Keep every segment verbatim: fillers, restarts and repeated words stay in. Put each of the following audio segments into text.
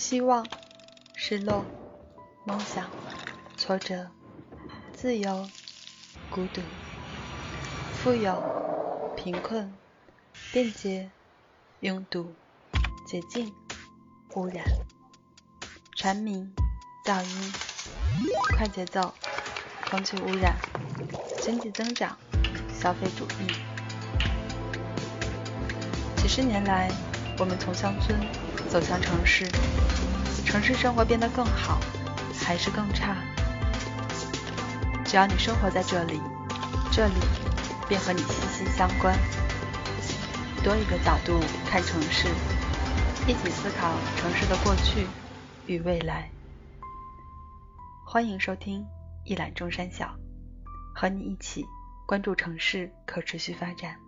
希望、失落、梦想、挫折、自由、孤独、富有、贫困、便捷、拥堵、洁净、污染、蝉鸣、噪音、快节奏、空气污染、经济增长、消费主义。几十年来，我们从乡村走向城市，城市生活变得更好，还是更差？只要你生活在这里，这里便和你息息相关。多一个角度看城市，一起思考城市的过去与未来。欢迎收听一览众山小，和你一起关注城市可持续发展。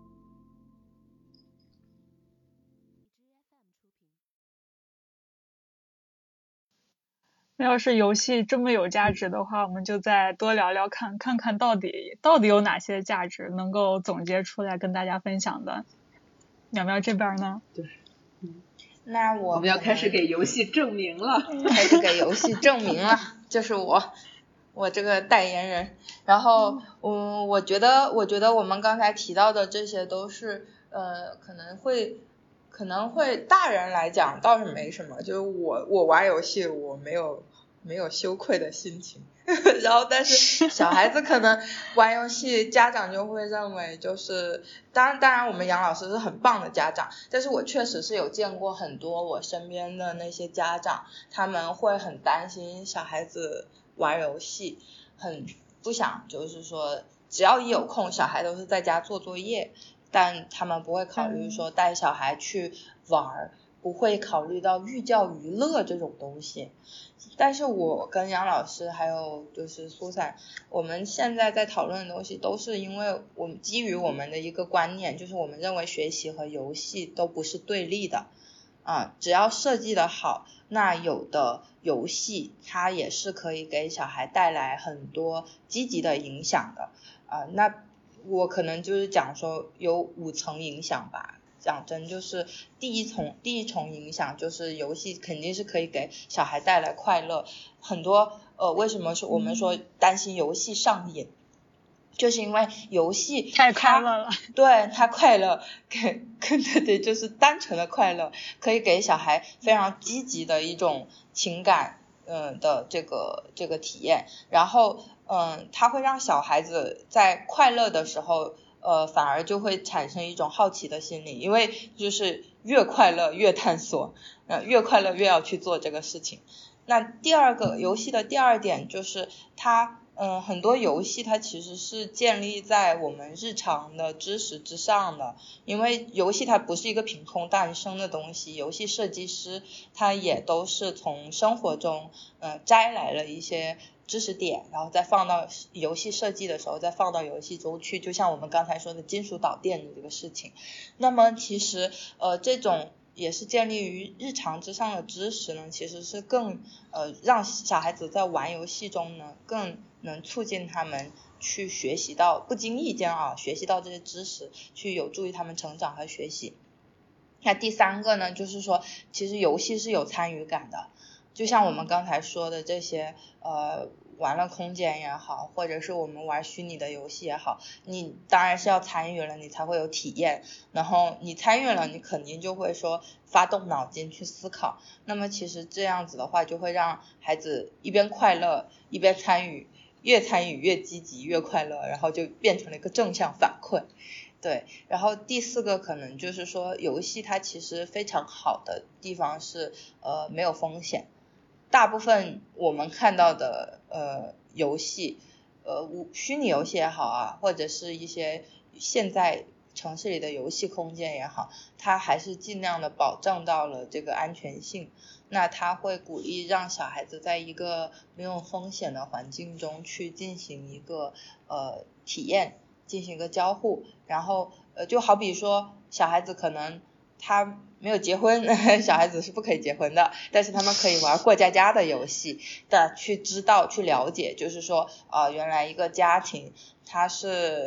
那要是游戏这么有价值的话，我们就再多聊聊看，看看到底到底有哪些价值能够总结出来跟大家分享的。苗苗这边呢？ 对，嗯， 那我我们要开始给游戏证明了， 开始给游戏证明了，就是我，我这个代言人。然后，嗯，我觉得，我觉得我们刚才提到的这些都是，呃，可能会。可能会大人来讲倒是没什么，就是我我玩游戏我没有没有羞愧的心情，然后但是小孩子可能玩游戏，家长就会认为就是当然当然我们杨老师是很棒的家长，但是我确实是有见过很多我身边的那些家长，他们会很担心小孩子玩游戏，很不想就是说只要一有空小孩都是在家做作业，但他们不会考虑说带小孩去玩，不会考虑到寓教于乐这种东西。但是我跟杨老师还有就是苏珊，我们现在在讨论的东西都是因为我们基于我们的一个观念，就是我们认为学习和游戏都不是对立的啊，只要设计的好，那有的游戏它也是可以给小孩带来很多积极的影响的啊，那我可能就是讲说有五层影响吧，讲真就是第一重第一重影响就是游戏肯定是可以给小孩带来快乐，很多呃为什么说我们说担心游戏上瘾，就是因为游戏太快乐了， 对它快乐，对对对，就是单纯的快乐，可以给小孩非常积极的一种情感嗯的这个这个体验，然后嗯它会让小孩子在快乐的时候呃反而就会产生一种好奇的心理，因为就是越快乐越探索，呃越快乐越要去做这个事情。那第二个游戏的第二点就是它嗯，很多游戏它其实是建立在我们日常的知识之上的，因为游戏它不是一个凭空诞生的东西，游戏设计师他也都是从生活中呃摘来了一些知识点，然后再放到游戏设计的时候再放到游戏中去，就像我们刚才说的金属导电的这个事情。那么其实呃这种也是建立于日常之上的知识呢，其实是更呃让小孩子在玩游戏中呢更能促进他们去学习到，不经意间啊学习到这些知识，去有助于他们成长和学习。那第三个呢，就是说其实游戏是有参与感的，就像我们刚才说的这些呃玩乐空间也好，或者是我们玩虚拟的游戏也好，你当然是要参与了你才会有体验，然后你参与了你肯定就会说发动脑筋去思考，那么其实这样子的话就会让孩子一边快乐一边参与，越参与越积极越快乐，然后就变成了一个正向反馈。对，然后第四个可能就是说游戏它其实非常好的地方是呃没有风险，大部分我们看到的呃游戏呃虚拟游戏也好啊，或者是一些现在城市里的游戏空间也好，它还是尽量的保证到了这个安全性，那它会鼓励让小孩子在一个没有风险的环境中去进行一个呃体验，进行一个交互，然后呃就好比说小孩子可能他没有结婚，小孩子是不可以结婚的，但是他们可以玩过家家的游戏的，去知道去了解，就是说啊、呃、原来一个家庭它是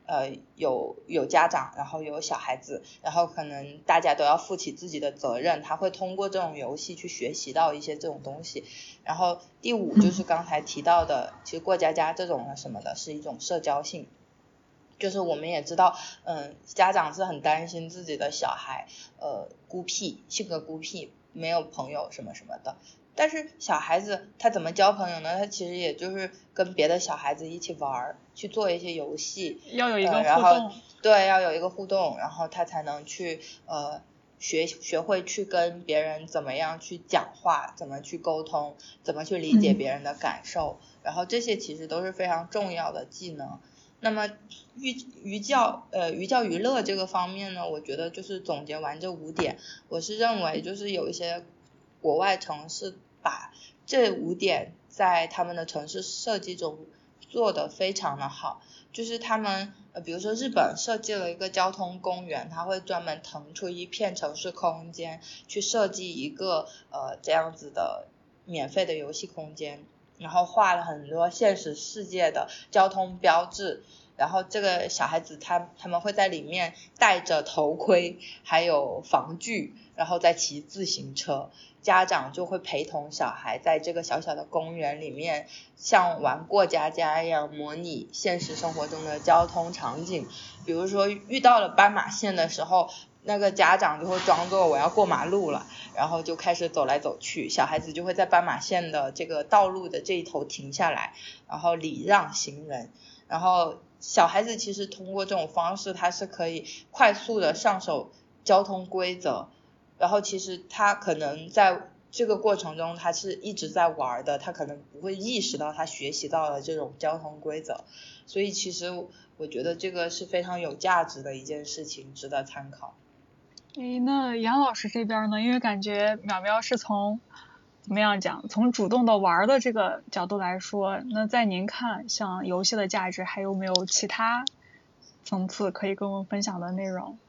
呃有有家长，然后有小孩子，然后可能大家都要负起自己的责任，他会通过这种游戏去学习到一些这种东西。然后第五就是刚才提到的，其实过家家这种什么的是一种社交性，就是我们也知道，嗯，家长是很担心自己的小孩呃孤僻，性格孤僻，没有朋友什么什么的。但是小孩子他怎么交朋友呢？他其实也就是跟别的小孩子一起玩，去做一些游戏， 要有一个互动、 呃、然后对，要有一个互动，然后他才能去呃学学会去跟别人怎么样去讲话，怎么去沟通，怎么去理解别人的感受、嗯、然后这些其实都是非常重要的技能。那么寓寓教呃寓教于乐这个方面呢，我觉得就是总结完这五点，我是认为就是有一些国外城市把这五点在他们的城市设计中做得非常的好，就是他们呃比如说日本设计了一个交通公园，它会专门腾出一片城市空间去设计一个呃这样子的免费的游戏空间，然后画了很多现实世界的交通标志，然后这个小孩子他他们会在里面戴着头盔还有防具，然后再骑自行车，家长就会陪同小孩在这个小小的公园里面像玩过家家一样模拟现实生活中的交通场景。比如说遇到了斑马线的时候，那个家长就会装作我要过马路了，然后就开始走来走去，小孩子就会在斑马线的这个道路的这一头停下来，然后礼让行人。然后小孩子其实通过这种方式他是可以快速的上手交通规则，然后其实他可能在这个过程中他是一直在玩的，他可能不会意识到他学习到了这种交通规则，所以其实我觉得这个是非常有价值的一件事情，值得参考。 诶，那杨老师这边呢，因为感觉淼淼是从怎么样讲，从主动的玩的这个角度来说，那在您看像游戏的价值还有没有其他层次可以跟我们分享的内容？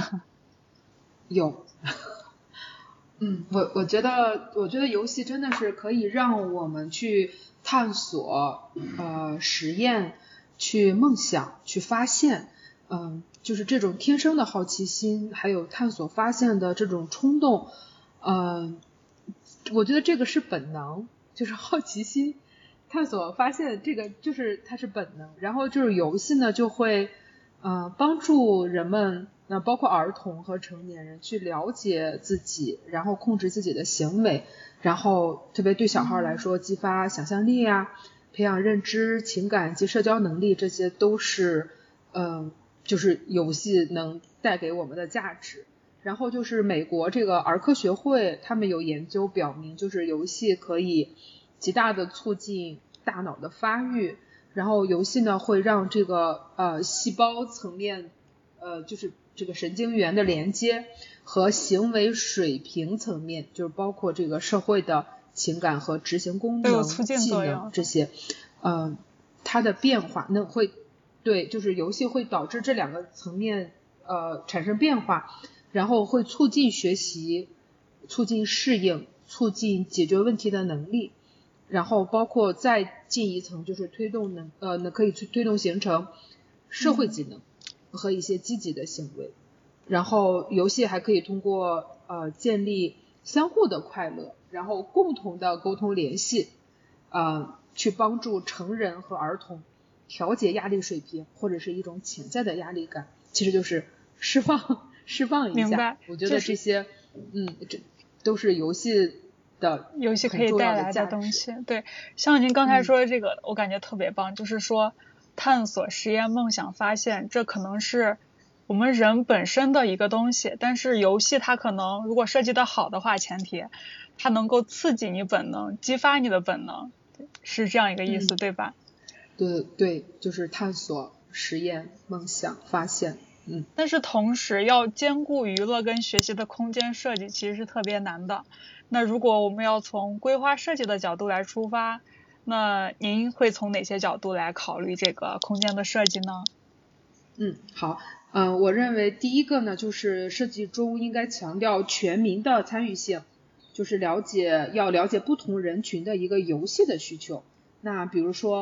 有嗯，我我觉得我觉得游戏真的是可以让我们去探索呃实验，去梦想，去发现，嗯、呃，就是这种天生的好奇心还有探索发现的这种冲动，嗯、呃，我觉得这个是本能，就是好奇心探索发现这个就是它是本能，然后就是游戏呢就会呃帮助人们，那包括儿童和成年人去了解自己，然后控制自己的行为，然后特别对小孩来说激发想象力啊，培养认知、情感及社交能力，这些都是呃就是游戏能带给我们的价值。然后就是美国这个儿科学会他们有研究表明，就是游戏可以极大的促进大脑的发育，然后游戏呢会让这个呃细胞层面呃就是这个神经元的连接和行为水平层面，就是包括这个社会的情感和执行功能、技能这些，呃它的变化那会对，就是游戏会导致这两个层面呃产生变化，然后会促进学习，促进适应，促进解决问题的能力，然后包括再进一层就是推动能呃可以推动形成社会技能和一些积极的行为。然后游戏还可以通过呃建立相互的快乐，然后共同的沟通联系，呃去帮助成人和儿童调节压力水平或者是一种潜在的压力感，其实就是释放释放一下。我觉得这些、就是、嗯这都是游戏的游戏可以带来的东西。对，像您刚才说的这个、嗯、我感觉特别棒，就是说探索、实验、梦想、发现，这可能是我们人本身的一个东西，但是游戏它可能如果设计的好的话，前提它能够刺激你本能，激发你的本能，是这样一个意思、嗯、对吧？ 对对，就是探索、实验、梦想、发现。嗯， 但是同时要兼顾娱乐跟学习的空间设计其实是特别难的。那如果我们要从规划设计的角度来出发，那您会从哪些角度来考虑这个空间的设计呢？ 嗯，好，嗯、呃，我认为第一个呢，就是设计中应该强调全民的参与性，就是了解要了解不同人群的一个游戏的需求。那比如说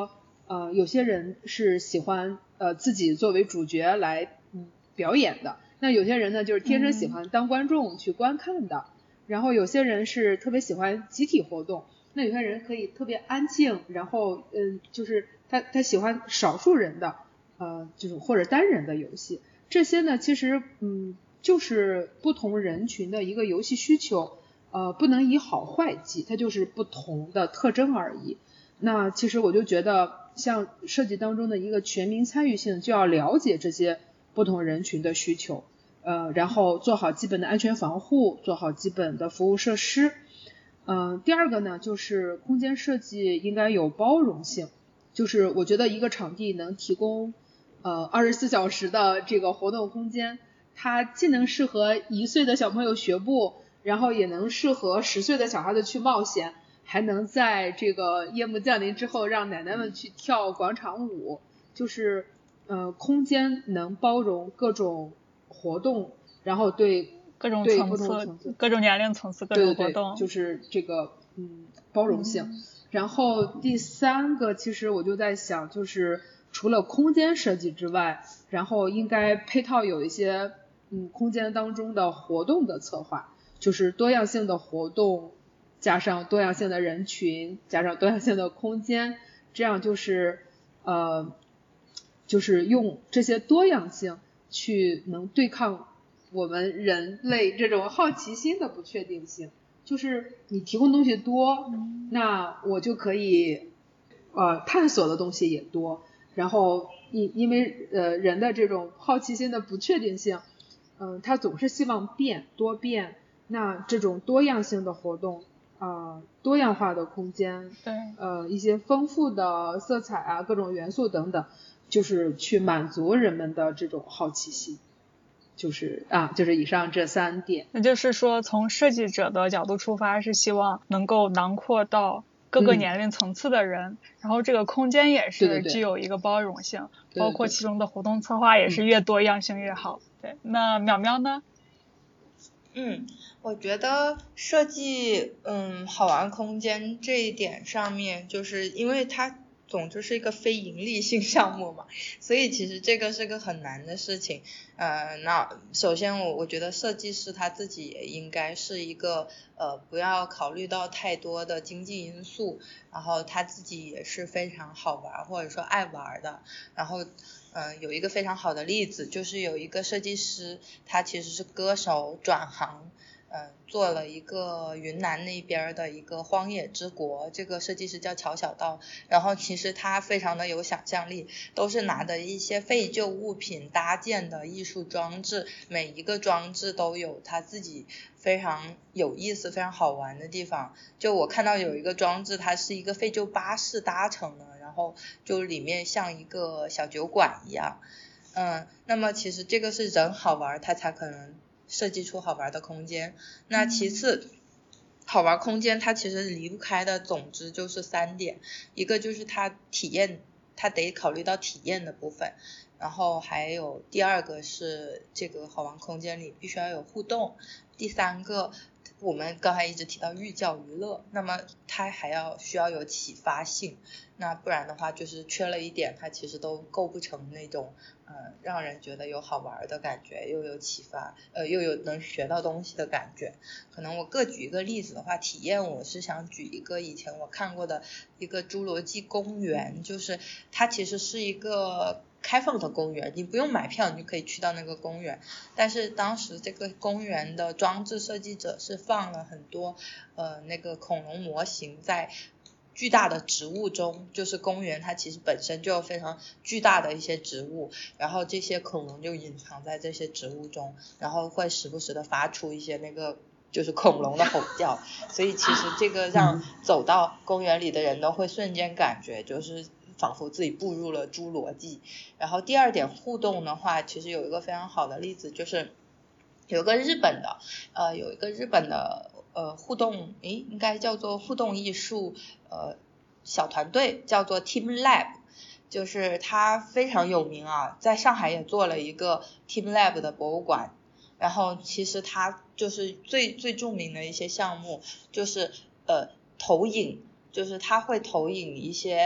呃，有些人是喜欢呃自己作为主角来嗯表演的，那有些人呢就是天生喜欢当观众去观看的，嗯、然后有些人是特别喜欢集体活动，那有些人可以特别安静，然后嗯就是他他喜欢少数人的呃这种或者单人的游戏，这些呢其实嗯就是不同人群的一个游戏需求。呃，不能以好坏计，它就是不同的特征而已。那其实我就觉得，像设计当中的一个全民参与性，就要了解这些不同人群的需求，呃，然后做好基本的安全防护，做好基本的服务设施。嗯、呃，第二个呢，就是空间设计应该有包容性，就是我觉得一个场地能提供呃二十四小时的这个活动空间，它既能适合一岁的小朋友学步。然后也能适合十岁的小孩子去冒险，还能在这个夜幕降临之后让奶奶们去跳广场舞，就是呃空间能包容各种活动，然后对各种对层次、 不同层次各种年龄层次、各种活动， 对对对就是这个嗯包容性、嗯。然后第三个，其实我就在想，就是除了空间设计之外，然后应该配套有一些嗯空间当中的活动的策划。就是多样性的活动，加上多样性的人群，加上多样性的空间，这样就是呃，就是用这些多样性去能对抗我们人类这种好奇心的不确定性。就是你提供东西多，那我就可以呃探索的东西也多，然后因因为呃人的这种好奇心的不确定性，嗯、呃，他总是希望变多变。那这种多样性的活动，呃，多样化的空间， 对， 呃，一些丰富的色彩啊，各种元素等等，就是去满足人们的这种好奇心。就是啊，就是以上这三点。 那就是说，从设计者的角度出发，是希望能够囊括到各个年龄层次的人，嗯、然后这个空间也是具有一个包容性， 对对对包括其中的活动策划也是越多样性越好。对，那淼淼呢？ 嗯，我觉得设计嗯好玩空间这一点上面，就是因为它总之是一个非盈利性项目嘛，所以其实这个是个很难的事情。呃，那首先我我觉得设计师他自己也应该是一个呃不要考虑到太多的经济因素，然后他自己也是非常好玩或者说爱玩的，然后嗯、呃，有一个非常好的例子，就是有一个设计师，他其实是歌手转行，嗯、呃，做了一个云南那边的一个荒野之国，这个设计师叫乔小道，然后其实他非常的有想象力，都是拿的一些废旧物品搭建的艺术装置，每一个装置都有他自己非常有意思、非常好玩的地方。就我看到有一个装置，它是一个废旧巴士搭成的，然后就里面像一个小酒馆一样。嗯，那么其实这个是人好玩，它才可能设计出好玩的空间。那其次，好玩空间它其实离不开的总之就是三点，一个就是它体验，它得考虑到体验的部分，然后还有第二个是这个好玩空间里必须要有互动，第三个我们刚才一直提到寓教于乐，那么它还要需要有启发性，那不然的话就是缺了一点，它其实都构不成那种呃让人觉得有好玩的感觉，又有启发，呃又有能学到东西的感觉。可能我各举一个例子的话，体验我是想举一个以前我看过的一个侏罗纪公园，就是它其实是一个开放的公园，你不用买票你就可以去到那个公园，但是当时这个公园的装置设计者是放了很多呃那个恐龙模型在巨大的植物中，就是公园它其实本身就有非常巨大的一些植物，然后这些恐龙就隐藏在这些植物中，然后会时不时的发出一些那个就是恐龙的吼叫，所以其实这个让走到公园里的人都会瞬间感觉就是仿佛自己步入了侏罗纪。然后第二点互动的话，其实有一个非常好的例子，就是有个日本的呃有一个日本的呃互动，诶应该叫做互动艺术呃小团队，叫做 Team Lab， 就是它非常有名啊，在上海也做了一个 Team Lab 的博物馆。然后其实它就是最最著名的一些项目就是呃投影，就是它会投影一些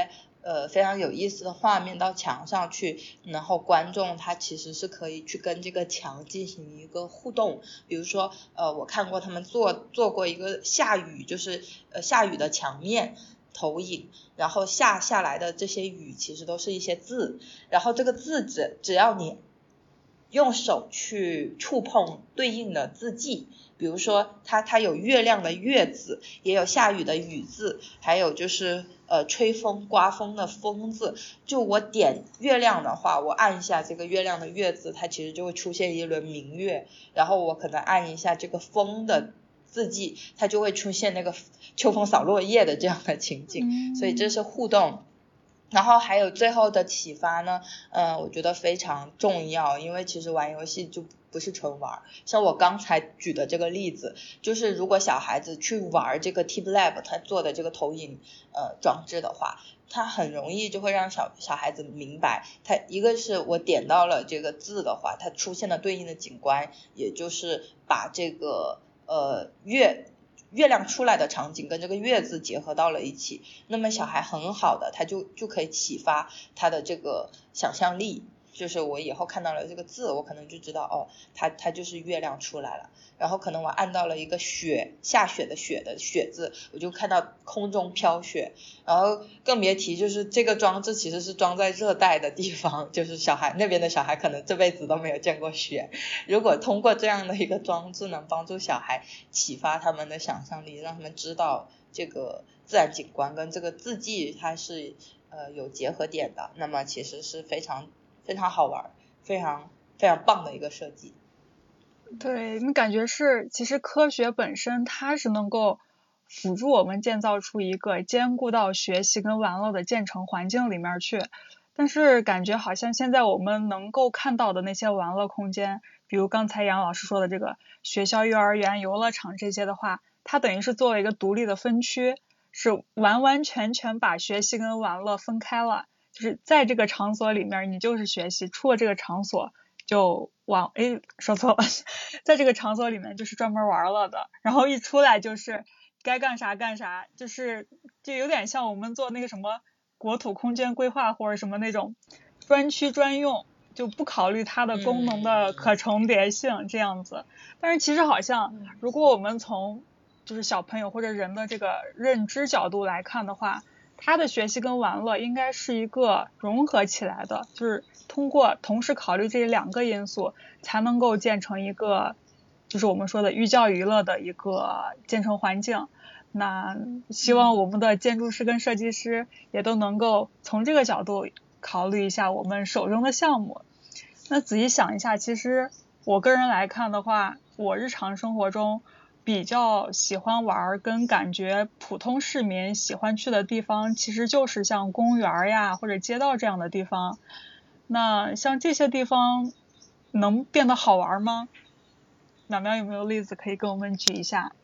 呃非常有意思的画面到墙上去，然后观众他其实是可以去跟这个墙进行一个互动。比如说呃我看过他们做做过一个下雨，就是呃下雨的墙面投影，然后下下来的这些雨其实都是一些字，然后这个字只只要你用手去触碰对应的字迹，比如说它它有月亮的月字，也有下雨的雨字，还有就是呃吹风刮风的风字。就我点月亮的话，我按一下这个月亮的月字，它其实就会出现一轮明月，然后我可能按一下这个风的字迹，它就会出现那个秋风扫落叶的这样的情景。所以这是互动。然后还有最后的启发呢，嗯，我觉得非常重要，因为其实玩游戏就不是纯玩。像我刚才举的这个例子，就是如果小孩子去玩这个 TeamLab 他做的这个投影呃装置的话，他很容易就会让小小孩子明白，他一个是我点到了这个字的话，它出现了对应的景观，也就是把这个呃月月亮出来的场景跟这个月字结合到了一起，那么小孩很好的他就就可以启发他的这个想象力，就是我以后看到了这个字，我可能就知道哦，它它就是月亮出来了。然后可能我按到了一个雪，下雪的雪的雪字，我就看到空中飘雪。然后更别提就是这个装置其实是装在热带的地方，就是小孩那边的小孩可能这辈子都没有见过雪。如果通过这样的一个装置能帮助小孩启发他们的想象力，让他们知道这个自然景观跟这个字迹它是呃有结合点的，那么其实是非常非常好玩，非常非常棒的一个设计。 对，你感觉是其实科学本身它是能够辅助我们建造出一个兼顾到学习跟玩乐的建成环境里面去，但是感觉好像现在我们能够看到的那些玩乐空间，比如刚才杨老师说的这个学校幼儿园游乐场这些的话，它等于是作为一个独立的分区，是完完全全把学习跟玩乐分开了，就是在这个场所里面你就是学习，出了这个场所就往诶说错了，在这个场所里面就是专门玩了的，然后一出来就是该干啥干啥，就是就有点像我们做那个什么国土空间规划或者什么那种专区专用，就不考虑它的功能的可重叠性这样子。但是其实好像如果我们从就是小朋友或者人的这个认知角度来看的话，他的学习跟玩乐应该是一个融合起来的，就是通过同时考虑这两个因素才能够建成一个就是我们说的寓教于乐的一个建成环境。那希望我们的建筑师跟设计师也都能够从这个角度考虑一下我们手中的项目。那仔细想一下，其实我个人来看的话，我日常生活中比较喜欢玩跟感觉普通市民喜欢去的地方其实就是像公园呀或者街道这样的地方。那像这些地方能变得好玩吗？淼淼有没有例子可以跟我们举一下？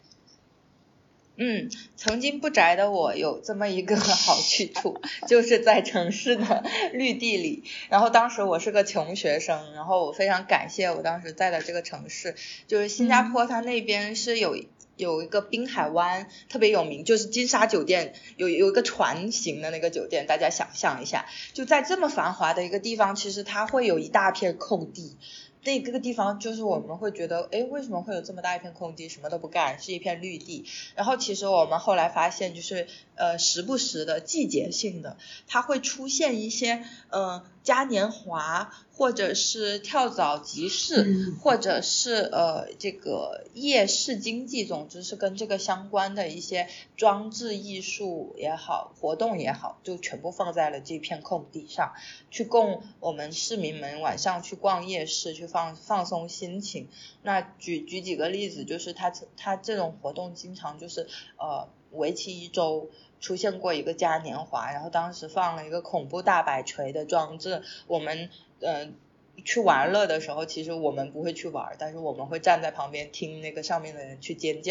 嗯，曾经不宅的我有这么一个好去处，就是在城市的绿地里。然后当时我是个穷学生，然后我非常感谢我当时在的这个城市，就是新加坡，它那边是有有一个滨海湾特别有名，就是金沙酒店，有有一个船型的那个酒店，大家想象一下，就在这么繁华的一个地方，其实它会有一大片空地。那个地方就是我们会觉得，诶，为什么会有这么大一片空地，什么都不干，是一片绿地。然后其实我们后来发现，就是呃时不时的季节性的，它会出现一些呃嘉年华，或者是跳蚤集市， 嗯、 或者是呃这个夜市经济，总之是跟这个相关的一些装置艺术也好，活动也好，就全部放在了这片空地上，去供我们市民们晚上去逛夜市，去放放松心情。那举举几个例子，就是它它这种活动经常就是呃为期一周。出现过一个嘉年华，然后当时放了一个恐怖大摆锤的装置，我们呃去玩乐的时候，其实我们不会去玩，但是我们会站在旁边听那个上面的人去尖叫，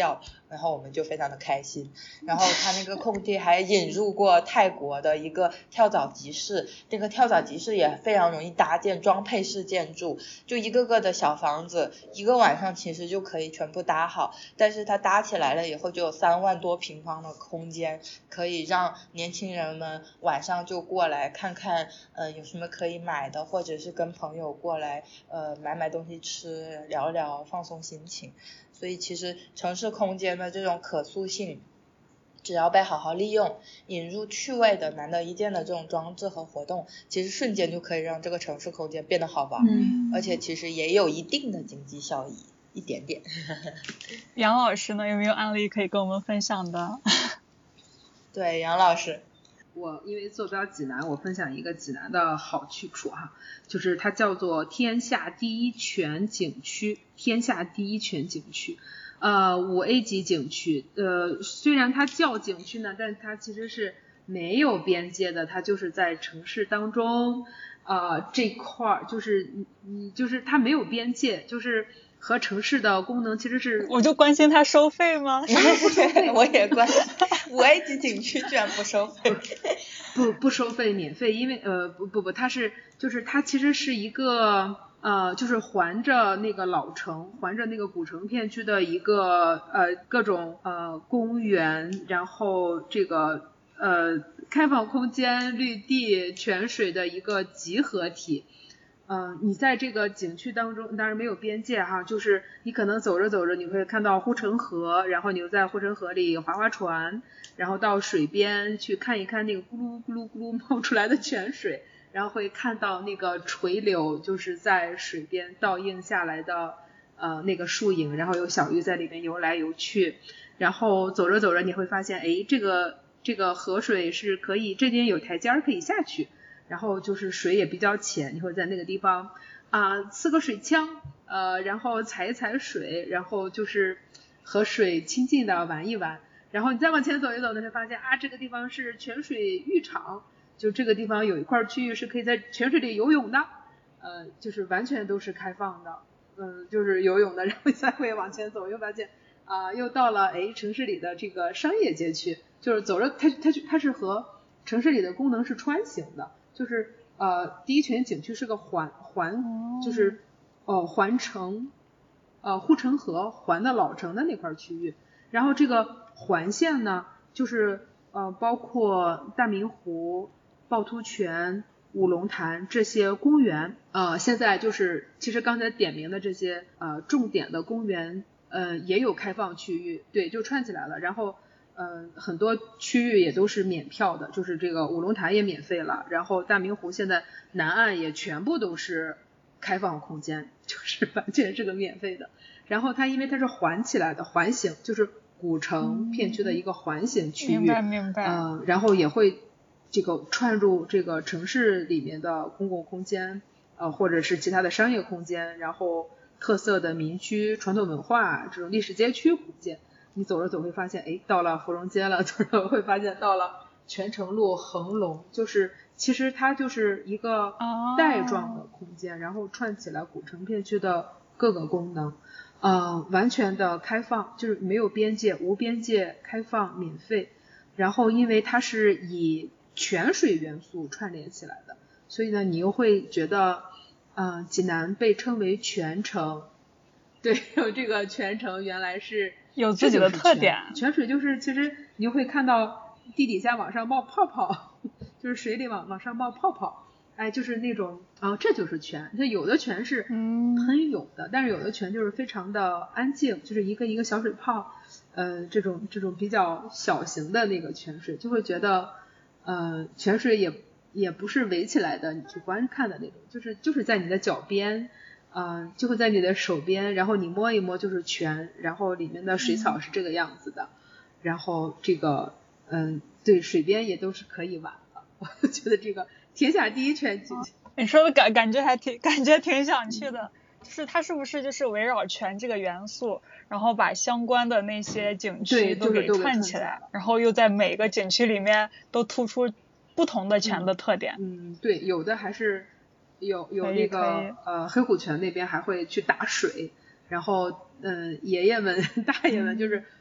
然后我们就非常的开心。然后他那个空地还引入过泰国的一个跳蚤集市，这个跳蚤集市也非常容易搭建，装配式建筑，就一个个的小房子，一个晚上其实就可以全部搭好，但是它搭起来了以后就有三万多平方的空间，可以让年轻人们晚上就过来看看呃有什么可以买的，或者是跟朋友过来呃买买东西吃，聊聊放松心情。所以其实城市空间的这种可塑性只要被好好利用，引入趣味的难得一见的这种装置和活动，其实瞬间就可以让这个城市空间变得好玩，嗯，而且其实也有一定的经济效益，一点点。 杨老师呢，有没有案例可以跟我们分享的？ 对，杨老师。 我因为坐标济南，我分享一个济南的好去处哈，就是它叫做天下第一泉景区，天下第一泉景区，呃，五 A 级景区，呃，虽然它叫景区呢，但它其实是没有边界的，它就是在城市当中，呃，这块就是你就是它没有边界，就是和城市的功能其实是。 我就关心它收费吗？ 不收费， 我也关心。五 A 级景区居然不收费。 不不收费，免费，因为呃不不不，它是就是它其实是一个呃就是环着那个老城，环着那个古城片区的一个呃各种呃公园，然后这个呃开放空间、绿地、泉水的一个集合体。嗯、呃，你在这个景区当中，当然没有边界哈，就是你可能走着走着，你会看到护城河，然后你又在护城河里划划船，然后到水边去看一看那个咕噜咕噜咕噜冒出来的泉水，然后会看到那个垂柳，就是在水边倒映下来的呃那个树影，然后有小鱼在里面游来游去，然后走着走着你会发现，哎，这个这个河水是可以，这边有台阶可以下去。然后就是水也比较浅，你会在那个地方啊、呃、呲个水枪，呃，然后踩一踩水，然后就是和水亲近的玩一玩。然后你再往前走一走，你会发现啊，这个地方是泉水浴场，就这个地方有一块区域是可以在泉水里游泳的，呃，就是完全都是开放的，嗯、呃，就是游泳的。然后再会往前走，又发现啊、呃，又到了哎城市里的这个商业街区，就是走着它它它是和城市里的功能是穿行的。就是呃第一泉景区是个环环，就是哦、呃、环城呃护城河环的老城的那块区域，然后这个环线呢就是呃包括大明湖、趵突泉、五龙潭这些公园，呃现在就是其实刚才点名的这些呃重点的公园呃也有开放区域，对，就串起来了，然后嗯、呃，很多区域也都是免票的，就是这个五龙潭也免费了，然后大明湖现在南岸也全部都是开放空间，就是完全是个免费的。然后它因为它是环起来的，环形，就是古城片区的一个环形区域， 明白明白。 嗯、呃，然后也会这个串入这个城市里面的公共空间，呃，或者是其他的商业空间，然后特色的民居、传统文化这种历史街区古建。你走着走会发现，哎，到了芙蓉街了，走着会发现到了泉城路、恒隆，就是其实它就是一个带状的空间， oh. 然后串起来古城片区的各个功能，呃，完全的开放，就是没有边界、无边界、开放、免费。然后因为它是以泉水元素串联起来的，所以呢，你又会觉得，嗯、呃，济南被称为泉城。对，有这个泉城原来是有自己的特点。 泉水就是其实你会看到地底下往上冒泡泡，就是水里往往上冒泡泡，哎，就是那种啊、哦，这就是泉。它有的泉是喷涌的、嗯，但是有的泉就是非常的安静，就是一个一个小水泡，呃，这种这种比较小型的那个泉水，就会觉得呃泉水也也不是围起来的，你去观看的那种，就是就是在你的脚边。嗯、呃，就会在你的手边，然后你摸一摸就是泉，然后里面的水草是这个样子的，嗯、然后这个嗯，对，水边也都是可以玩的。我觉得这个天下第一泉景区、 哦，你说的感感觉还挺感觉挺想去的，嗯、就是它是不是就是围绕泉这个元素，然后把相关的那些景区都给串起来，然后又在每个景区里面都突出不同的泉的特点。 嗯，嗯对，有的还是。有有那个呃黑虎泉那边还会去打水，然后嗯爷爷们大爷们就是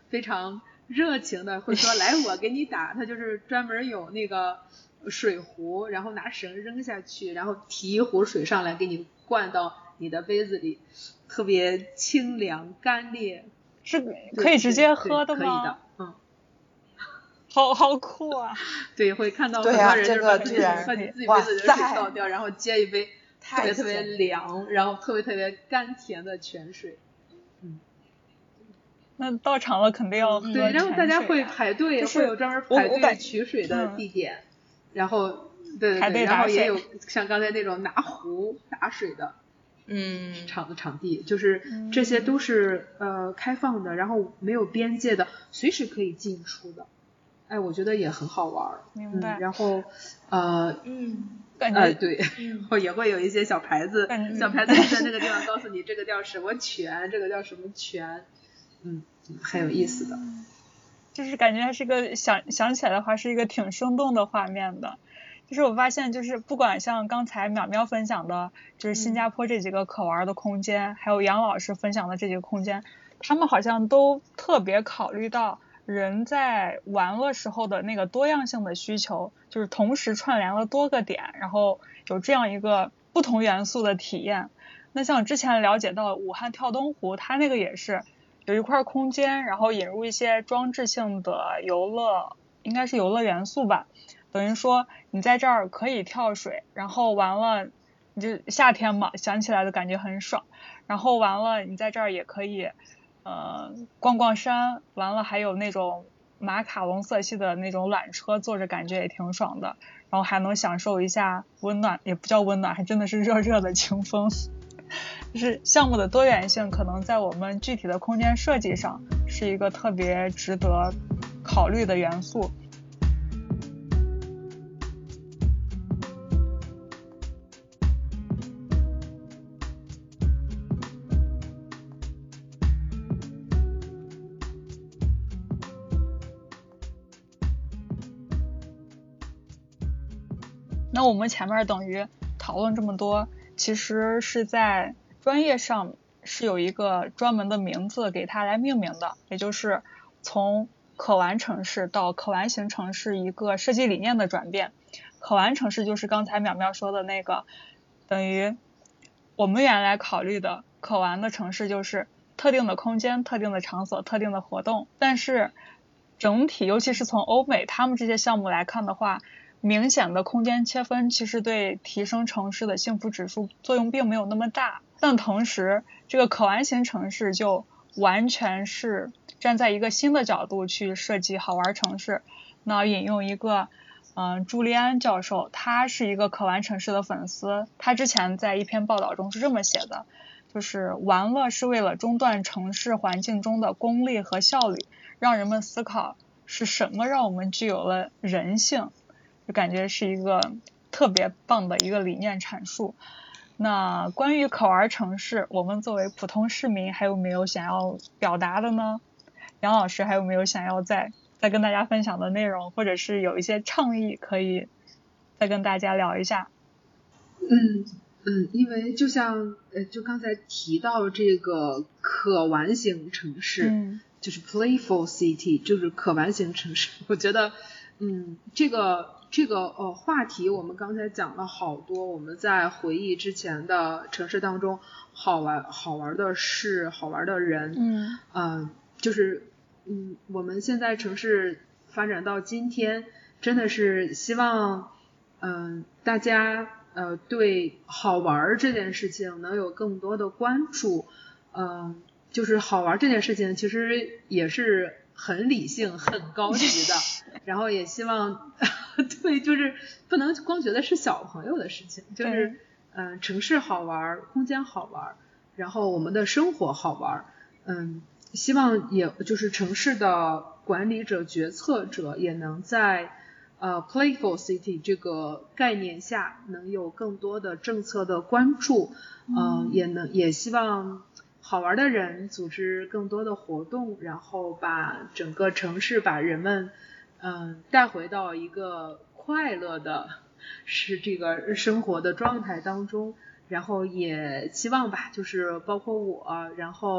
非常热情的会说来我给你打，他就是专门有那个水壶，然后拿绳扔下去，然后提一壶水上来给你灌到你的杯子里，特别清凉干冽。 是可以直接喝的吗？ 可以的，嗯。 好好酷啊！ 对，会看到很多人就是把自己把自己杯子里的水倒掉，然后接一杯特别特别凉，然后特别特别甘甜的泉水。嗯， 那到场了肯定要喝、啊。 对，然后大家会排队， 就是会有专门排队取水的地点，嗯、然后对对对，然后也有像刚才那种拿壶打水的。 嗯， 场的场地就是这些都是、嗯、呃开放的，然后没有边界的，随时可以进出的。哎，我觉得也很好玩。 明白。 嗯、然后呃嗯， 感觉、呃、对，然后也会有一些小牌子，小牌子在那个地方告诉你这个叫什么泉，这个叫什么泉，嗯，很有意思的。 就是感觉还是个想想起来的话是一个挺生动的画面的。就是我发现，就是不管像刚才淼淼分享的，就是新加坡这几个可玩的空间，嗯、还有杨老师分享的这几个空间，他们好像都特别考虑到人在玩乐时候的那个多样性的需求，就是同时串联了多个点，然后有这样一个不同元素的体验。那像之前了解到武汉跳东湖，它那个也是有一块空间，然后引入一些装置性的游乐，应该是游乐元素吧。等于说你在这儿可以跳水，然后完了你就夏天嘛，想起来的感觉很爽，然后完了你在这儿也可以呃逛逛山，完了还有那种马卡龙色系的那种缆车，坐着感觉也挺爽的，然后还能享受一下温暖，也不叫温暖，还真的是热热的清风。就是项目的多元性可能在我们具体的空间设计上是一个特别值得考虑的元素。那我们前面等于讨论这么多，其实是在专业上是有一个专门的名字给它来命名的，也就是从可玩城市到可玩型城市一个设计理念的转变。可玩城市就是刚才淼淼说的那个，等于我们原来考虑的可玩的城市就是特定的空间、特定的场所、特定的活动，但是整体尤其是从欧美他们这些项目来看的话，明显的空间切分其实对提升城市的幸福指数作用并没有那么大，但同时这个可玩型城市就完全是站在一个新的角度去设计好玩城市。那引用一个嗯，朱利安教授，他是一个可玩城市的粉丝，他之前在一篇报道中是这么写的，就是玩乐是为了中断城市环境中的功利和效率，让人们思考是什么让我们具有了人性，就感觉是一个特别棒的一个理念阐述。那关于可玩城市，我们作为普通市民还有没有想要表达的呢？杨老师还有没有想要再再跟大家分享的内容，或者是有一些倡议可以再跟大家聊一下？ 嗯嗯，因为就像呃，就刚才提到这个可玩型城市， 嗯， 就是 playful city， 就是可玩型城市，我觉得嗯，这个这个呃话题我们刚才讲了好多，我们在回忆之前的城市当中好玩好玩的事、好玩的人， 嗯呃，就是嗯，我们现在城市发展到今天，真的是希望嗯、呃、大家呃对好玩这件事情能有更多的关注，嗯、呃，就是好玩这件事情其实也是很理性、很高级的，然后也希望对，就是不能光觉得是小朋友的事情，就是嗯、呃，城市好玩，空间好玩，然后我们的生活好玩，嗯，希望也就是城市的管理者、决策者也能在呃 playful city 这个概念下能有更多的政策的关注，嗯、呃，也能也希望好玩的人组织更多的活动，然后把整个城市把人们嗯、呃、带回到一个快乐的是这个生活的状态当中，然后也希望吧，就是包括我，然后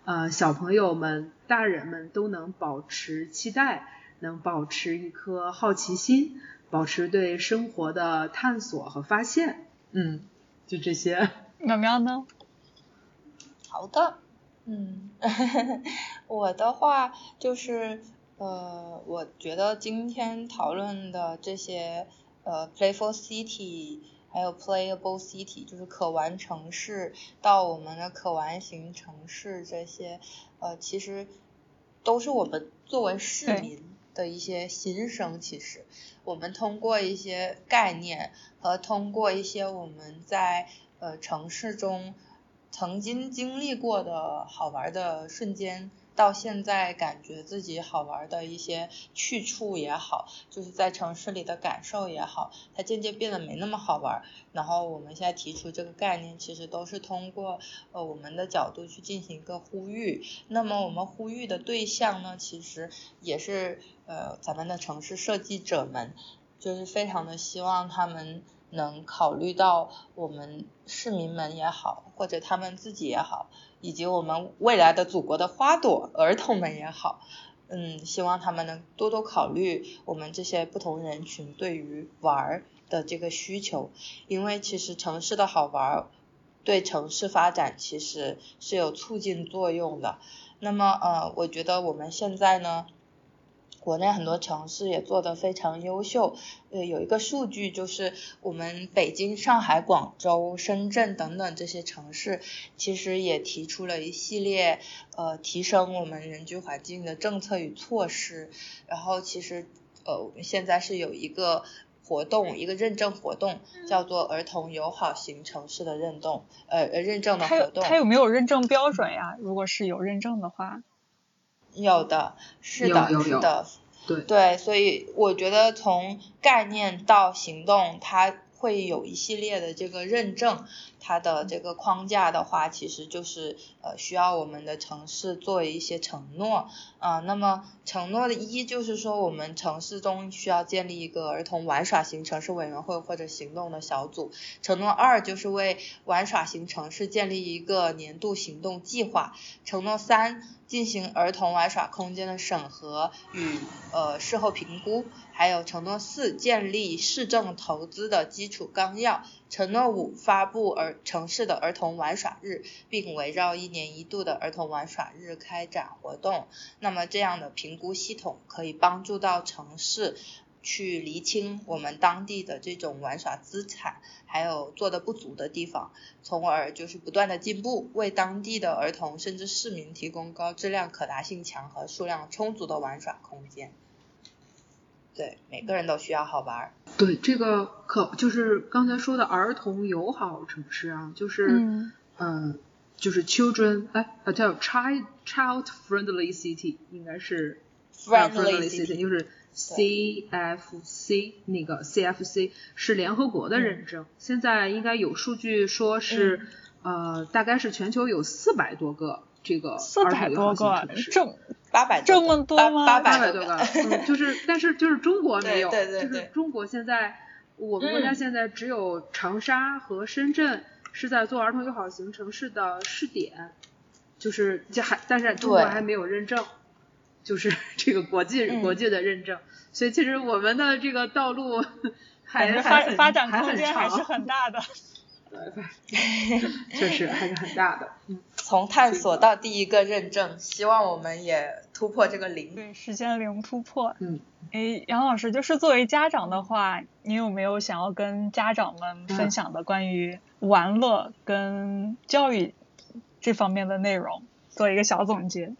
呃小朋友们、大人们都能保持期待，能保持一颗好奇心，保持对生活的探索和发现。嗯，就这些。 苗苗呢？ 好的，嗯，我的话就是呃，我觉得今天讨论的这些呃 Playful City 还有 Playable City， 就是可玩城市到我们的可玩型城市，这些呃其实都是我们作为市民的一些心声。其实我们通过一些概念和通过一些我们在呃城市中曾经经历过的好玩的瞬间，到现在感觉自己好玩的一些去处也好，就是在城市里的感受也好，它渐渐变得没那么好玩。然后我们现在提出这个概念，其实都是通过呃我们的角度去进行一个呼吁。那么我们呼吁的对象呢，其实也是呃咱们的城市设计者们，就是非常的希望他们能考虑到我们市民们也好，或者他们自己也好，以及我们未来的祖国的花朵儿童们也好，嗯，希望他们能多多考虑我们这些不同人群对于玩的这个需求。因为其实城市的好玩对城市发展其实是有促进作用的。那么呃，我觉得我们现在呢，国内很多城市也做得非常优秀，呃，有一个数据就是我们北京、上海、广州、深圳等等这些城市，其实也提出了一系列呃提升我们人居环境的政策与措施。然后其实呃我们现在是有一个活动，一个认证活动，叫做儿童友好型城市的认动呃认证的活动。 它有它有没有认证标准呀？如果是有认证的话。 有的，是的， 有有有是的， 对对，所以我觉得从概念到行动，它会有一系列的这个认证，它的这个框架的话，其实就是呃需要我们的城市做一些承诺啊、呃。那么承诺的一就是说，我们城市中需要建立一个儿童玩耍型城市委员会或者行动的小组。承诺二就是为玩耍型城市建立一个年度行动计划。承诺三，进行儿童玩耍空间的审核与呃事后评估。还有承诺四，建立市政投资的基础纲要。承诺五，发布儿城市的儿童玩耍日，并围绕一年一度的儿童玩耍日开展活动。那么这样的评估系统可以帮助到城市去厘清我们当地的这种玩耍资产，还有做的不足的地方，从而就是不断的进步，为当地的儿童甚至市民提供高质量、可达性强和数量充足的玩耍空间。对，每个人都需要好玩。 对，这个可就是刚才说的儿童友好城市啊，就是嗯、呃，就是 children 哎，叫 child child friendly city， 应该是 friendly city， 就是 C F C 那个 C F C 是联合国的认证，嗯、现在应该有数据说是、嗯、呃，大概是全球有四百多个这个儿童友好型城市。 这八百这么多吗？ 八百多个，嗯，就是但是就是中国没有， 对对对对就是中国现在我们国家现在只有长沙和深圳是在做儿童友好型城市的试点，就是这还但是中国还没有认证，就是这个国际、嗯、国际的认证，所以其实我们的这个道路还发发展空间还是很大的。 确实还是很大的，嗯， 从探索到第一个认证，希望我们也突破这个零， 对，实现零突破。 嗯， 诶，杨老师，就是作为家长的话，你有没有想要跟家长们分享的关于玩乐跟教育这方面的内容，做一个小总结？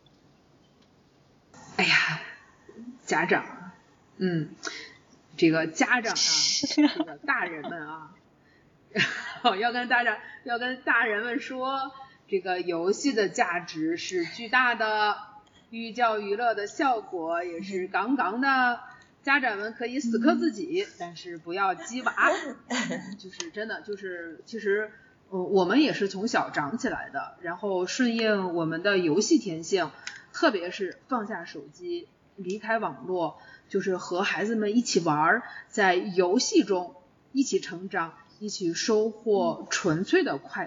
哎呀，家长，嗯，这个家长啊，这个大人们啊。要跟大家要跟大人们说，这个游戏的价值是巨大的，寓教于乐的效果也是杠杠的。家长们可以死磕自己，嗯、但是不要鸡娃。就是真的，就是其实，呃，我们也是从小长起来的，然后顺应我们的游戏天性，特别是放下手机，离开网络，就是和孩子们一起玩，在游戏中一起成长。一起收获纯粹的快乐，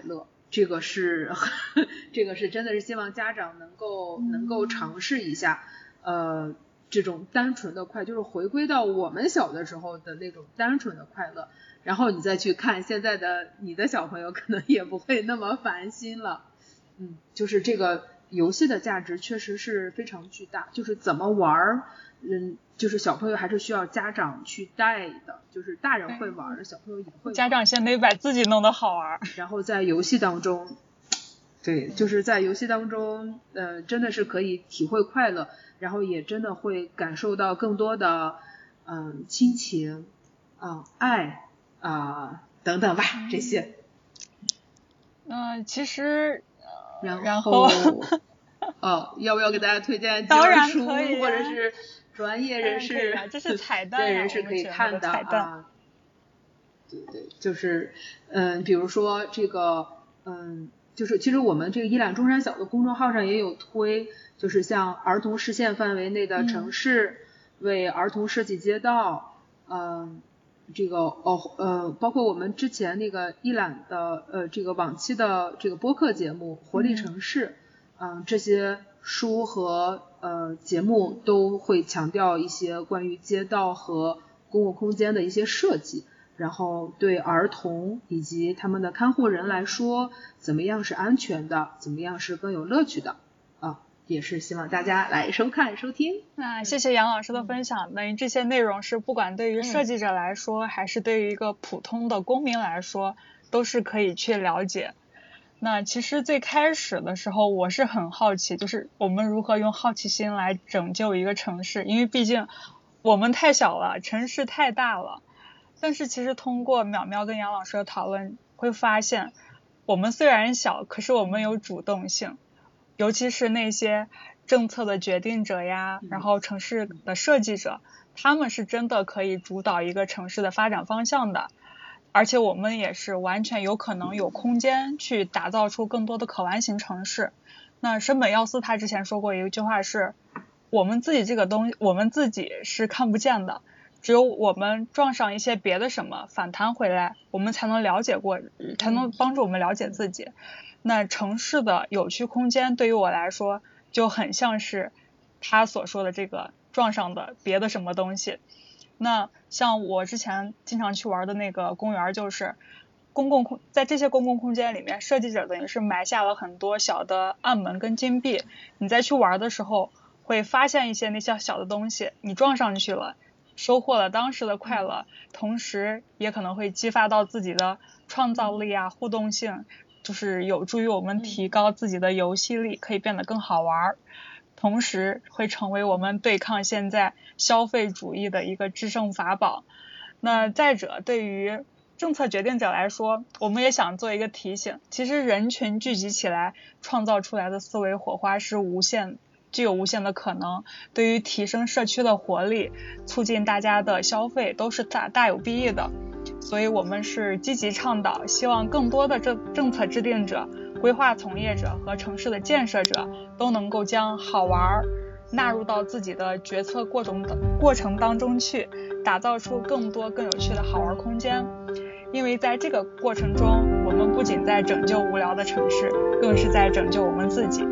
这个是这个是真的是希望家长能够能够尝试一下，呃，这种单纯的快，就是回归到我们小的时候的那种单纯的快乐，然后你再去看现在的你的小朋友，可能也不会那么烦心了。嗯，就是这个游戏的价值确实是非常巨大，就是怎么玩，嗯，就是小朋友还是需要家长去带的，就是大人会玩，小朋友也会玩。 家长先得把自己弄得好玩， 然后在游戏当中，对，就是在游戏当中，呃，真的是可以体会快乐，然后也真的会感受到更多的，嗯、呃，亲情，啊、呃，爱啊、呃、等等吧，这些。 嗯、呃，其实， 然然后， 哦，要不要给大家推荐教书、啊、或者是专业人士？ 啊、这是彩蛋、啊， 专业人士可以看的啊。对对，就是，嗯，比如说这个，嗯。就是其实我们这个一览中山小的公众号上也有推，就是像儿童视线范围内的城市，嗯、为儿童设计街道，嗯、呃，这个哦呃，包括我们之前那个一览的呃这个往期的这个播客节目《活力城市》，嗯、呃，这些书和呃节目都会强调一些关于街道和公共空间的一些设计。然后对儿童以及他们的看护人来说，怎么样是安全的，怎么样是更有乐趣的啊，也是希望大家来收看收听。 那谢谢杨老师的分享。那、嗯、这些内容是不管对于设计者来说、嗯、还是对于一个普通的公民来说都是可以去了解。那其实最开始的时候我是很好奇，就是我们如何用好奇心来拯救一个城市，因为毕竟我们太小了，城市太大了。但是其实通过淼淼跟杨老师的讨论会发现，我们虽然小，可是我们有主动性，尤其是那些政策的决定者呀，然后城市的设计者，他们是真的可以主导一个城市的发展方向的，而且我们也是完全有可能有空间去打造出更多的可完形城市。那山本耀司他之前说过一句话是，我们自己这个东西，我们自己是看不见的，只有我们撞上一些别的什么反弹回来，我们才能了解过，才能帮助我们了解自己。那城市的有趣空间对于我来说就很像是他所说的这个撞上的别的什么东西。那像我之前经常去玩的那个公园，就是公共空在这些公共空间里面，设计者等于是埋下了很多小的暗门跟金币，你再去玩的时候会发现一些那些小的东西，你撞上去了，收获了当时的快乐，同时也可能会激发到自己的创造力啊、互动性，就是有助于我们提高自己的游戏力，可以变得更好玩，同时会成为我们对抗现在消费主义的一个制胜法宝。那再者，对于政策决定者来说，我们也想做一个提醒，其实人群聚集起来创造出来的思维火花是无限具有无限的可能，对于提升社区的活力，促进大家的消费都是大大有裨益的。所以我们是积极倡导，希望更多的政政策制定者、规划从业者和城市的建设者都能够将好玩纳入到自己的决策过程的过程当中去，打造出更多更有趣的好玩空间。因为在这个过程中，我们不仅在拯救无聊的城市，更是在拯救我们自己。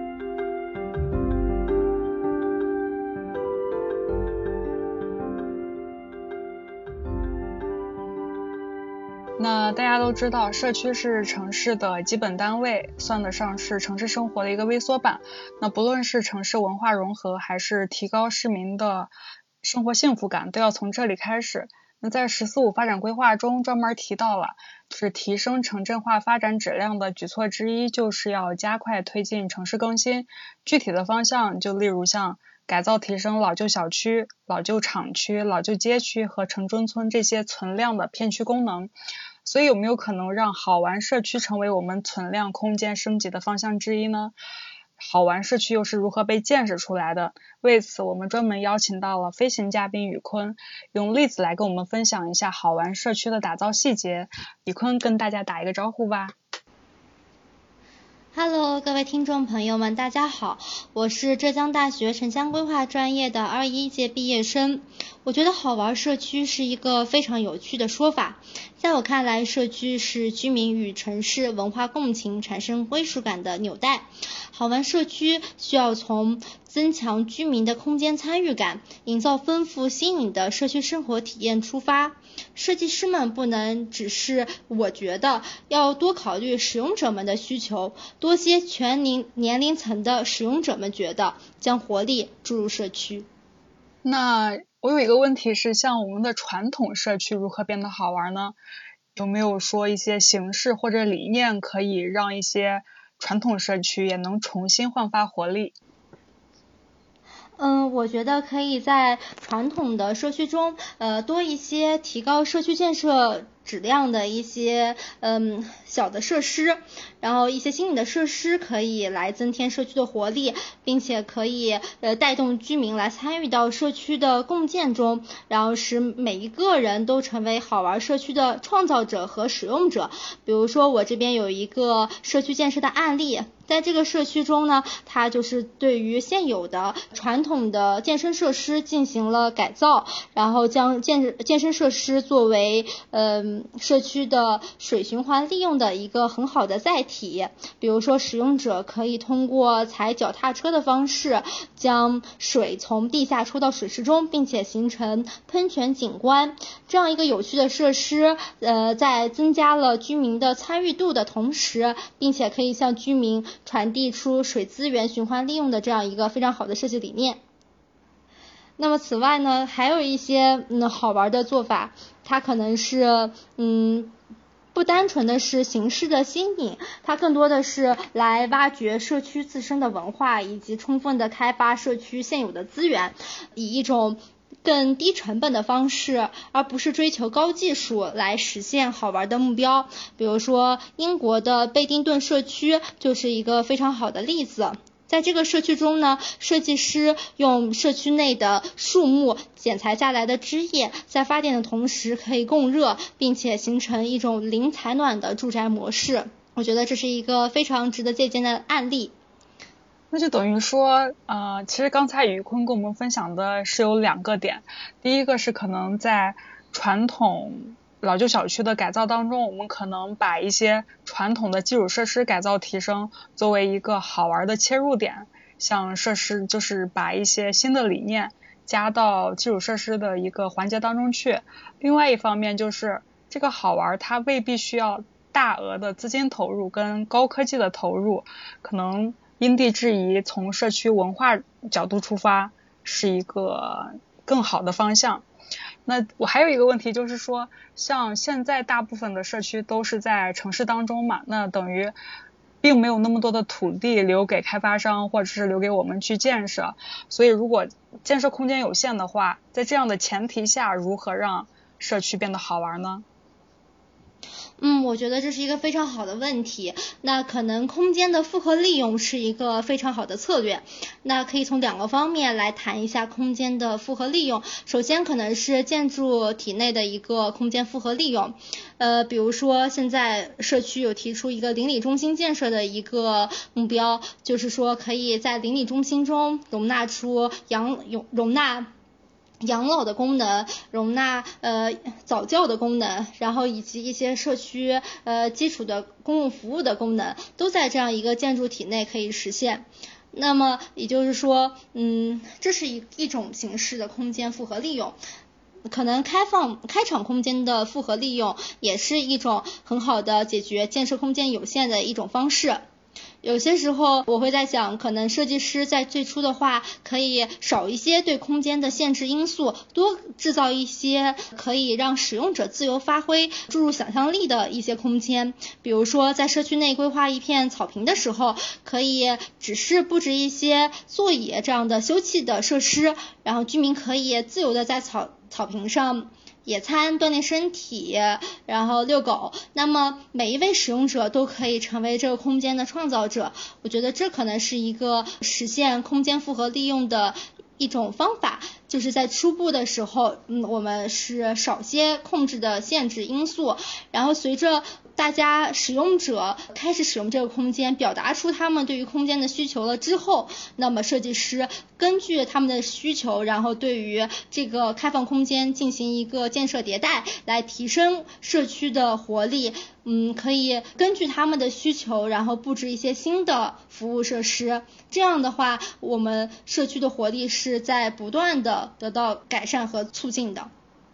那大家都知道，社区是城市的基本单位，算得上是城市生活的一个微缩版。那不论是城市文化融合，还是提高市民的生活幸福感，都要从这里开始。那在十四五发展规划中专门提到了，就是提升城镇化发展质量的举措之一，就是要加快推进城市更新。具体的方向就例如像改造提升老旧小区、老旧厂区、老旧街区和城中村这些存量的片区功能。所以有没有可能让好玩社区成为我们存量空间升级的方向之一呢？好玩社区又是如何被建设出来的？为此我们专门邀请到了飞行嘉宾宇坤，用例子来跟我们分享一下好玩社区的打造细节。宇坤跟大家打一个招呼吧。 Hello， 各位听众朋友们，大家好，我是浙江大学城乡规划专业的二一届毕业生， 我觉得好玩社区是一个非常有趣的说法。在我看来，社区是居民与城市文化共情产生归属感的纽带。好玩社区需要从增强居民的空间参与感，营造丰富新颖的社区生活体验出发。设计师们不能只是我觉得，要多考虑使用者们的需求，多些全年年龄层的使用者们觉得，将活力注入社区。 那我有一个问题是，像我们的传统社区如何变得好玩呢？有没有说一些形式或者理念可以让一些传统社区也能重新焕发活力？ 嗯，我觉得可以在传统的社区中，呃，多一些提高社区建设质量的一些嗯小的设施，然后一些新颖的设施可以来增添社区的活力，并且可以呃带动居民来参与到社区的共建中，然后使每一个人都成为好玩社区的创造者和使用者。比如说我这边有一个社区建设的案例，在这个社区中呢，它就是对于现有的传统的健身设施进行了改造，然后将健健身设施作为嗯、呃、社区的水循环利用的一个很好的载体。比如说使用者可以通过踩脚踏车的方式，将水从地下抽到水池中，并且形成喷泉景观。这样一个有趣的设施，呃，在增加了居民的参与度的同时，并且可以向居民传递出水资源循环利用的这样一个非常好的设计理念。那么此外呢，还有一些嗯好玩的做法，它可能是嗯不单纯的是形式的新颖，它更多的是来挖掘社区自身的文化，以及充分的开发社区现有的资源，以一种更低成本的方式，而不是追求高技术来实现好玩的目标。比如说英国的贝丁顿社区就是一个非常好的例子。在这个社区中呢，设计师用社区内的树木剪裁下来的枝叶，在发电的同时可以供热，并且形成一种零采暖的住宅模式。我觉得这是一个非常值得借鉴的案例。 那就等于说呃，其实刚才宇坤跟我们分享的是有两个点。第一个是可能在传统老旧小区的改造当中，我们可能把一些传统的基础设施改造提升作为一个好玩的切入点，像设施就是把一些新的理念加到基础设施的一个环节当中去。另外一方面就是这个好玩它未必需要大额的资金投入跟高科技的投入，可能因地制宜，从社区文化角度出发是一个更好的方向。那我还有一个问题就是说，像现在大部分的社区都是在城市当中嘛，那等于并没有那么多的土地留给开发商或者是留给我们去建设，所以如果建设空间有限的话，在这样的前提下，如何让社区变得好玩呢？ 嗯，我觉得这是一个非常好的问题。那可能空间的复合利用是一个非常好的策略。那可以从两个方面来谈一下空间的复合利用。首先可能是建筑体内的一个空间复合利用。呃，比如说现在社区有提出一个邻里中心建设的一个目标，就是说可以在邻里中心中容纳出养容容纳养老的功能，容纳呃早教的功能，然后以及一些社区呃基础的公共服务的功能，都在这样一个建筑体内可以实现。那么也就是说，嗯，这是一一种形式的空间复合利用。可能开放开场空间的复合利用也是一种很好的解决建设空间有限的一种方式。有些时候我会在想，可能设计师在最初的话可以少一些对空间的限制因素，多制造一些可以让使用者自由发挥、注入想象力的一些空间。比如说在社区内规划一片草坪的时候，可以只是布置一些座椅这样的休憩的设施，然后居民可以自由的在草草坪上野餐、锻炼身体，然后遛狗。那么每一位使用者都可以成为这个空间的创造者。我觉得这可能是一个实现空间复合利用的一种方法，就是在初步的时候，嗯，我们是少些控制的限制因素，然后随着大家使用者开始使用这个空间，表达出他们对于空间的需求了之后，那么设计师根据他们的需求，然后对于这个开放空间进行一个建设迭代，来提升社区的活力。嗯，可以根据他们的需求，然后布置一些新的服务设施。这样的话，我们社区的活力是在不断的得到改善和促进的。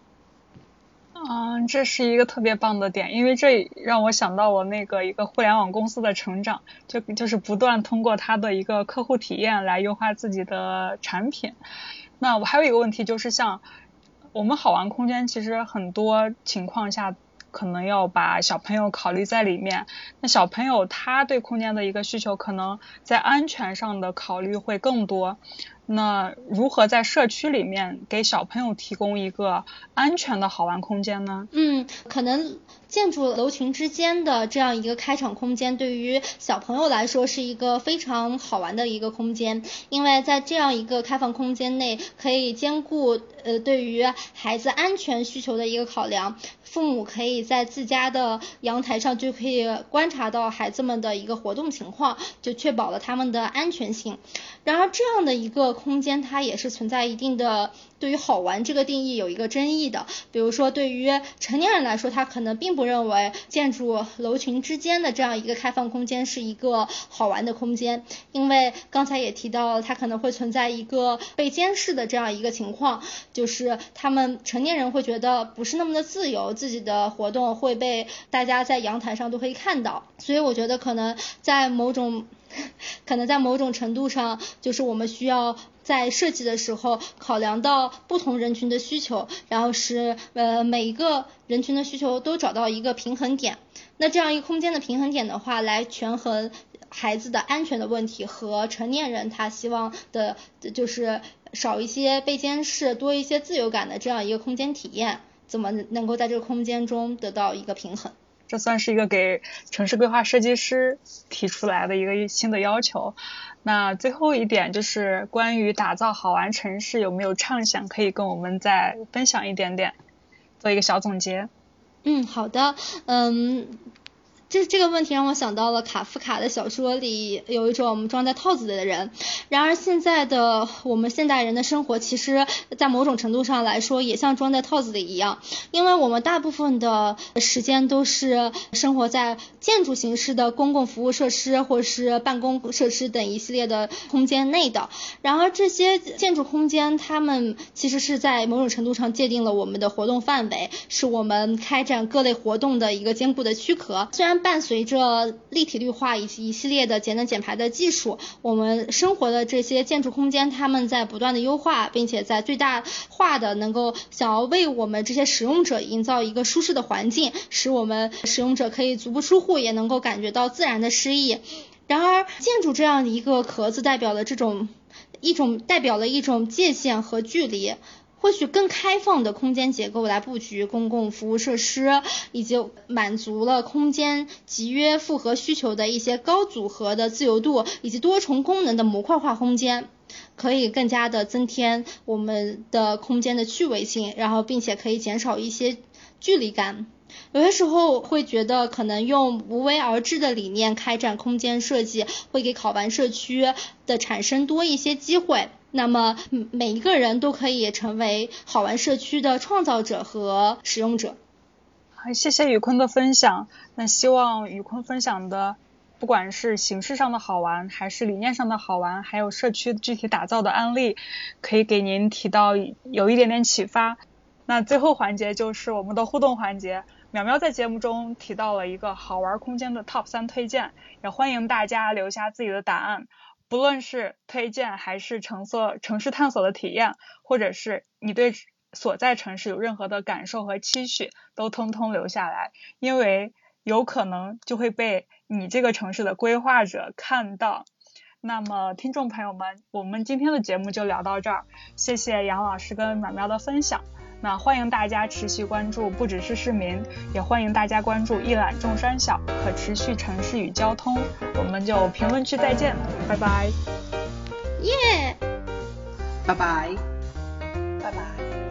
嗯，这是一个特别棒的点，因为这让我想到我那个一个互联网公司的成长，就就是不断通过它的一个客户体验来优化自己的产品。那我还有一个问题，就是像我们好玩空间，其实很多情况下可能要把小朋友考虑在里面，那小朋友他对空间的一个需求可能在安全上的考虑会更多，那如何在社区里面给小朋友提供一个安全的好玩空间呢？ 嗯，可能建筑楼群之间的这样一个开场空间对于小朋友来说是一个非常好玩的一个空间，因为在这样一个开放空间内可以兼顾呃对于孩子安全需求的一个考量，父母可以在自家的阳台上就可以观察到孩子们的一个活动情况，就确保了他们的安全性。然而这样的一个空间它也是存在一定的对于好玩这个定义有一个争议的，比如说对于成年人来说，他可能并不认为建筑楼群之间的这样一个开放空间是一个好玩的空间，因为刚才也提到它可能会存在一个被监视的这样一个情况，就是他们成年人会觉得不是那么的自由，自己的活动会被大家在阳台上都可以看到。所以我觉得可能在某种可能在某种程度上，就是我们需要在设计的时候考量到不同人群的需求，然后使呃每一个人群的需求都找到一个平衡点。那这样一个空间的平衡点的话，来权衡孩子的安全的问题和成年人他希望的就是少一些被监视，多一些自由感的这样一个空间体验，怎么能够在这个空间中得到一个平衡。 这算是一个给城市规划设计师提出来的一个新的要求。那最后一点就是关于打造好玩城市有没有畅想，可以跟我们再分享一点点，做一个小总结。 嗯，好的。嗯这这个问题让我想到了卡夫卡的小说里有一种装在套子里的人。然而现在的我们现代人的生活，其实在某种程度上来说也像装在套子里一样，因为我们大部分的时间都是生活在建筑形式的公共服务设施或是办公设施等一系列的空间内的。然而这些建筑空间它们其实是在某种程度上界定了我们的活动范围，是我们开展各类活动的一个坚固的躯壳。虽然伴随着立体绿化以及一系列的节能减排的技术，我们生活的这些建筑空间它们在不断的优化，并且在最大化的能够想要为我们这些使用者营造一个舒适的环境，使我们使用者可以足不出户也能够感觉到自然的诗意。然而建筑这样的一个壳子代表了这种一种代表了一种界限和距离，或许更开放的空间结构来布局公共服务设施，以及满足了空间集约复合需求的一些高组合的自由度以及多重功能的模块化空间，可以更加的增添我们的空间的趣味性，然后并且可以减少一些距离感。有些时候会觉得可能用无为而治的理念开展空间设计，会给好玩社区的产生多一些机会。那么每一个人都可以成为好玩社区的创造者和使用者。 谢谢宇坤的分享。那希望宇坤分享的不管是形式上的好玩还是理念上的好玩，还有社区具体打造的案例，可以给您提到有一点点启发。那最后环节就是我们的互动环节，淼淼在节目中提到了一个好玩空间的 top 三推荐，也欢迎大家留下自己的答案，不论是推荐还是城市城市探索的体验，或者是你对所在城市有任何的感受和期许，都通通留下来，因为有可能就会被你这个城市的规划者看到。那么听众朋友们，我们今天的节目就聊到这儿，谢谢杨老师跟淼淼的分享。那欢迎大家持续关注不只是市民，也欢迎大家关注一览众山小可持续城市与交通。我们就评论区再见，拜拜。 耶、 拜拜， 拜拜。